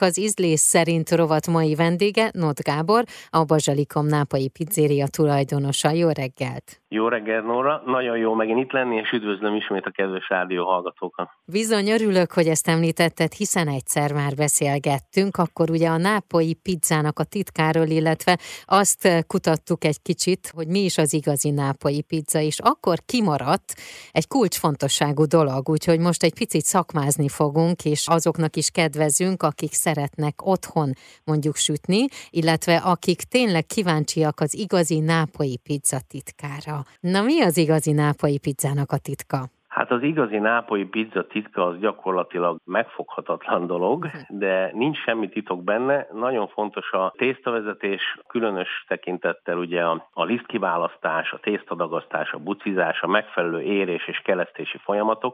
Az ízlés szerint rovat mai vendége Nott Gábor, a Bazsalikom nápolyi pizzéria tulajdonosa. Jó reggelt! Jó reggelt, Nóra! Nagyon jó megint itt lenni, és üdvözlöm ismét a kedves rádió hallgatókat. Bizony örülök, hogy ezt említetted, hiszen egyszer már beszélgettünk, akkor ugye a nápolyi pizzának a titkáról, illetve azt kutattuk egy kicsit, hogy mi is az igazi nápolyi pizza, és akkor kimaradt egy kulcsfontosságú dolog, úgyhogy most egy picit szakmázni fogunk, és azoknak is kedvezünk, akik szeretnek otthon mondjuk sütni, illetve akik tényleg kíváncsiak az igazi nápolyi pizza titkára. Na, mi az igazi nápolyi pizzának a titka? Hát az igazi nápolyi pizza titka az gyakorlatilag megfoghatatlan dolog, de nincs semmi titok benne. Nagyon fontos a tésztavezetés, különös tekintettel ugye a lisztkiválasztás, a tésztadagasztás, a bucizás, a megfelelő érés és kelesztési folyamatok,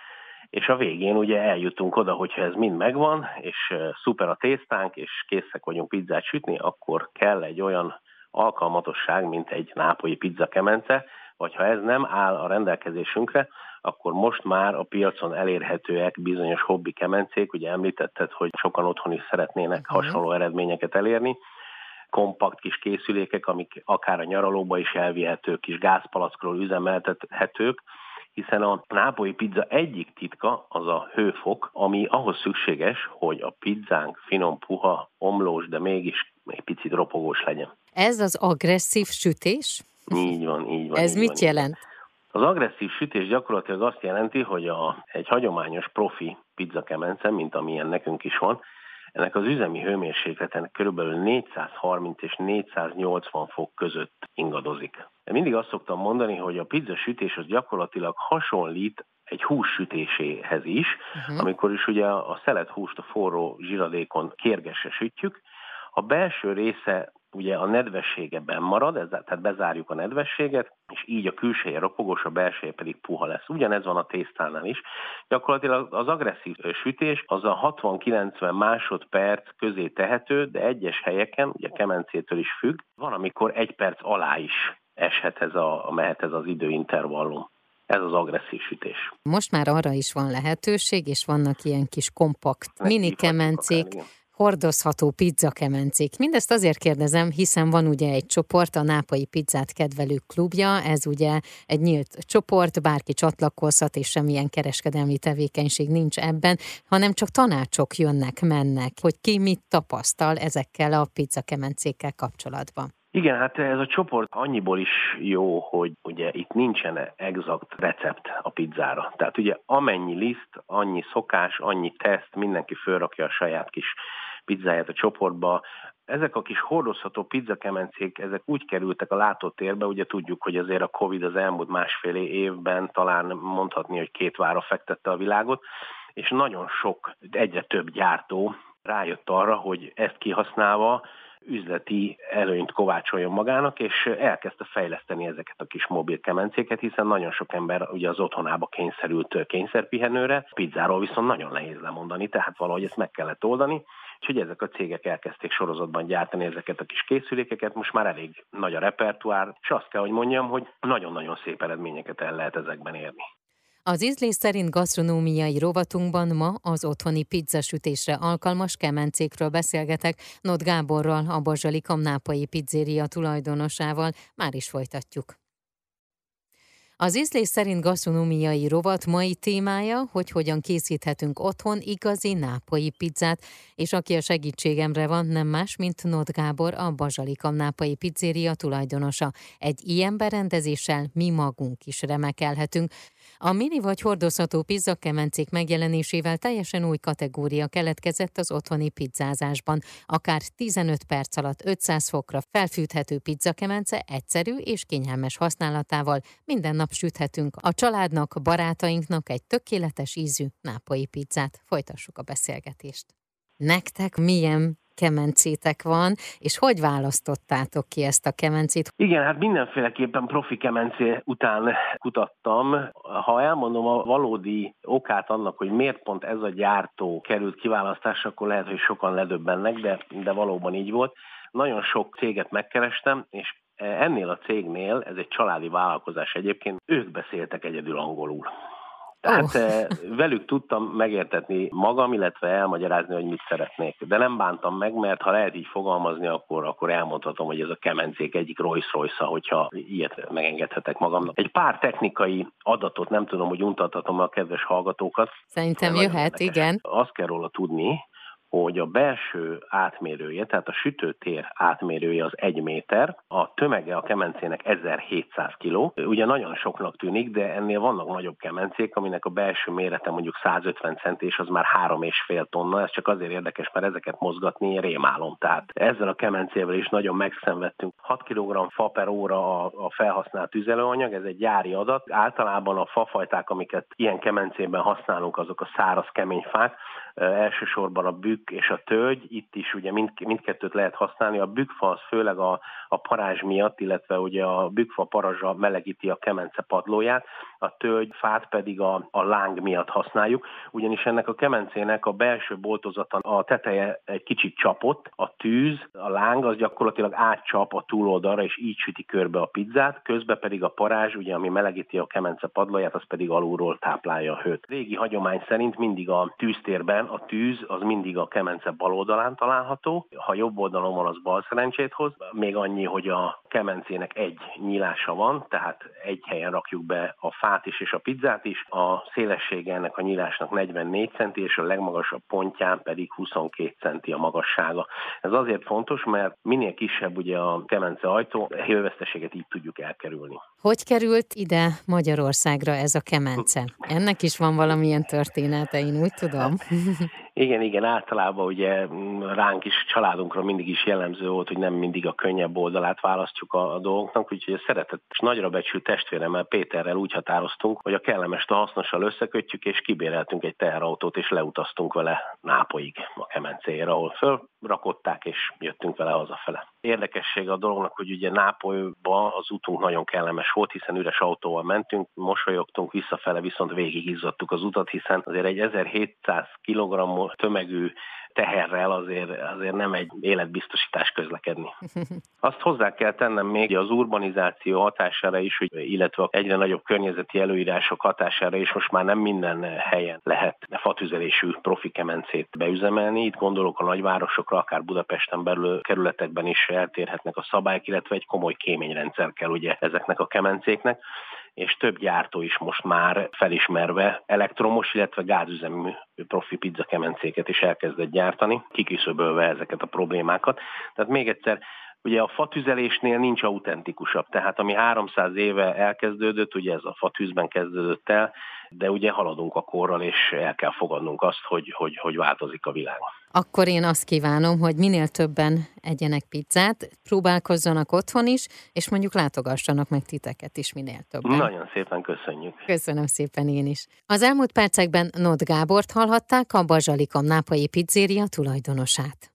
és a végén ugye eljutunk oda, hogyha ez mind megvan, és szuper a tésztánk, és készek vagyunk pizzát sütni, akkor kell egy olyan alkalmatosság, mint egy nápolyi pizzakemence, vagy ha ez nem áll a rendelkezésünkre, akkor most már a piacon elérhetőek bizonyos hobbi kemencék, ugye említetted, hogy sokan otthon is szeretnének hasonló eredményeket elérni, kompakt kis készülékek, amik akár a nyaralóba is elvihetők, kis gázpalackról üzemeltethetők, hiszen a nápolyi pizza egyik titka az a hőfok, ami ahhoz szükséges, hogy a pizzánk finom, puha, omlós, de mégis egy picit ropogós legyen. Ez az agresszív sütés? Így van. Ez mit jelent? Az agresszív sütés gyakorlatilag azt jelenti, hogy egy hagyományos profi pizzakemence, mint amilyen nekünk is van, ennek az üzemi hőmérsékleten kb. 430 és 480 fok között ingadozik. De mindig azt szoktam mondani, hogy a pizza sütés az gyakorlatilag hasonlít egy hús sütéséhez is, amikor is ugye a szelet húst a forró zsiradékon kérgesre sütjük, a belső része ugye a nedvessége benn marad, tehát bezárjuk a nedvességet, és így a külseje ropogós, a belseje pedig puha lesz. Ugyanez van a tésztánál is. Gyakorlatilag az agresszív sütés az a 60-90 másodperc közé tehető, de egyes helyeken, ugye kemencétől is függ, van, amikor 1 perc alá is eshet mehet ez az időintervallum. Ez az agresszív sütés. Most már arra is van lehetőség, és vannak ilyen kis kompakt mini kemencék, hordozható pizzakemencék. Mindezt azért kérdezem, hiszen van ugye egy csoport, a Nápolyi Pizzát Kedvelők Klubja, ez ugye egy nyílt csoport, bárki csatlakozhat, és semmilyen kereskedelmi tevékenység nincs ebben, hanem csak tanácsok jönnek-mennek, hogy ki mit tapasztal ezekkel a pizzakemencékkel kapcsolatban. Igen, hát ez a csoport annyiból is jó, hogy ugye itt nincsen exakt recept a pizzára. Tehát ugye amennyi liszt, annyi szokás, annyi teszt, mindenki fölrakja a saját kis pizzáját a csoportba. Ezek a kis hordozható pizzakemencék, ezek úgy kerültek a látótérbe, ugye tudjuk, hogy azért a Covid az elmúlt másfél évben talán mondhatni, hogy 2 vára fektette a világot, és nagyon sok, egyre több gyártó rájött arra, hogy ezt kihasználva üzleti előnyt kovácsoljon magának, és elkezdte fejleszteni ezeket a kis mobil kemencéket, hiszen nagyon sok ember ugye az otthonába kényszerült kényszerpihenőre, pizzáról viszont nagyon nehéz lemondani, tehát valahogy ezt meg kellett oldani, úgyhogy ezek a cégek elkezdték sorozatban gyártani ezeket a kis készülékeket, most már elég nagy a repertoár, és azt kell, hogy mondjam, hogy nagyon-nagyon szép eredményeket el lehet ezekben érni. Az ízlés szerint gasztronómiai rovatunkban ma az otthoni pizzasütésre alkalmas kemencékről beszélgetek Nott Gáborral, a Bazsalikom nápolyi pizzéria tulajdonosával. Már is folytatjuk. Az ízlés szerint gasztronómiai rovat mai témája, hogy hogyan készíthetünk otthon igazi nápolyi pizzát, és aki a segítségemre van, nem más, mint Nott Gábor, a Bazsalikom nápolyi pizzéria tulajdonosa. Egy ilyen berendezéssel mi magunk is remekelhetünk. A mini vagy hordozható pizzakemencék megjelenésével teljesen új kategória keletkezett az otthoni pizzázásban. Akár 15 perc alatt 500 fokra felfűthető pizzakemence egyszerű és kényelmes használatával minden nap süthetünk a családnak, barátainknak egy tökéletes ízű nápolyi pizzát. Folytassuk a beszélgetést. Nektek milyen kemencétek van, és hogy választottátok ki ezt a kemencét? Igen, hát mindenféleképpen profi kemencé után kutattam. Ha elmondom a valódi okát annak, hogy miért pont ez a gyártó került kiválasztásra, akkor lehet, hogy sokan ledöbbennek, de valóban így volt. Nagyon sok céget megkerestem, és ennél a cégnél, ez egy családi vállalkozás egyébként, ők beszéltek egyedül angolul. Hát velük tudtam megértetni magam, illetve elmagyarázni, hogy mit szeretnék. De nem bántam meg, mert ha lehet így fogalmazni, akkor elmondhatom, hogy ez a kemencék egyik Rolls-Royce-a, hogyha ilyet megengedhetek magamnak. Egy pár technikai adatot, nem tudom, hogy untathatom a kedves hallgatókat. Szerintem jöhet, igen. Azt kell róla tudni, hogy a belső átmérője, tehát a sütőtér átmérője az 1 méter, a tömege a kemencének 1700 kg. Ugye nagyon soknak tűnik, de ennél vannak nagyobb kemencék, aminek a belső mérete mondjuk 150 cent, és az már 3,5 tonna. Ez csak azért érdekes, mert ezeket mozgatni rémálom. Tehát ezzel a kemencével is nagyon megszenvedtünk. 6 kg fa per óra a felhasznált tüzelőanyag, ez egy gyári adat. Általában a fafajták, amiket ilyen kemencében használunk, azok a száraz kemény fák, elsősorban a bükk és a tölgy, itt is ugye mindkettőt lehet használni. A bükkfa az főleg a parázs miatt, illetve ugye a bükkfa parazsa melegíti a kemence padlóját, a tölgyfát pedig a láng miatt használjuk, ugyanis ennek a kemencének a belső boltozata, a teteje egy kicsit csapott, a tűz, a láng az gyakorlatilag átcsap a túloldalra, és így süti körbe a pizzát, közben pedig a parázs, ugye, ami melegíti a kemence padlóját, az pedig alulról táplálja a hőt. Régi hagyomány szerint mindig a tűztérben a tűz az mindig a kemence bal oldalán található, ha jobb oldalon van, az bal szerencsét hoz. Még annyi, hogy a kemencének egy nyílása van, tehát egy helyen rakjuk be a fát is és a pizzát is. A szélessége ennek a nyílásnak 44 centi, és a legmagasabb pontján pedig 22 centi a magassága. Ez azért fontos, mert minél kisebb ugye a kemence ajtó, a hőveszteséget így tudjuk elkerülni. Hogy került ide Magyarországra ez a kemence? Ennek is van valamilyen története, én úgy tudom. Igen, általában ugye ránk is, családunkra mindig is jellemző volt, hogy nem mindig a könnyebb oldalát választjuk a dolgoknak, úgyhogy a szeretett és nagyra becsült testvéremmel, Péterrel úgy határoztunk, hogy a kellemest a hasznossal összekötjük, és kibéreltünk egy teherautót, és leutaztunk vele Nápolyig a kemencéért, ahol fölrakották, és jöttünk vele hazafele. Érdekessége a dolognak, hogy ugye Nápolyba az utunk nagyon kellemes volt, hiszen üres autóval mentünk, mosolyogtunk, visszafele viszont végigizzadtuk az utat, hiszen azért egy 1700 kg tömegű teherrel azért nem egy életbiztosítás közlekedni. Azt hozzá kell tennem még az urbanizáció hatására is, illetve egyre nagyobb környezeti előírások hatására is most már nem minden helyen lehet fatüzelésű profi kemencét beüzemelni. Itt gondolok a nagyvárosokra, akár Budapesten belül kerületekben is eltérhetnek a szabályok, illetve egy komoly kéményrendszer kell ugye ezeknek a kemencéknek, és több gyártó is most már felismerve elektromos, illetve gázüzemű profi pizzakemencéket is elkezdett gyártani, kiküszöbölve ezeket a problémákat. Tehát még egyszer, ugye a fatüzelésnél nincs autentikusabb, tehát ami 300 éve elkezdődött, ugye ez a fatűzben kezdődött el, de ugye haladunk a korral, és el kell fogadnunk azt, hogy változik a világ. Akkor én azt kívánom, hogy minél többen egyenek pizzát, próbálkozzanak otthon is, és mondjuk látogassanak meg titeket is minél többen. Nagyon szépen köszönjük. Köszönöm szépen én is. Az elmúlt percekben Nott Gábort hallhatták, a Bazsalikom nápolyi pizzéria tulajdonosát.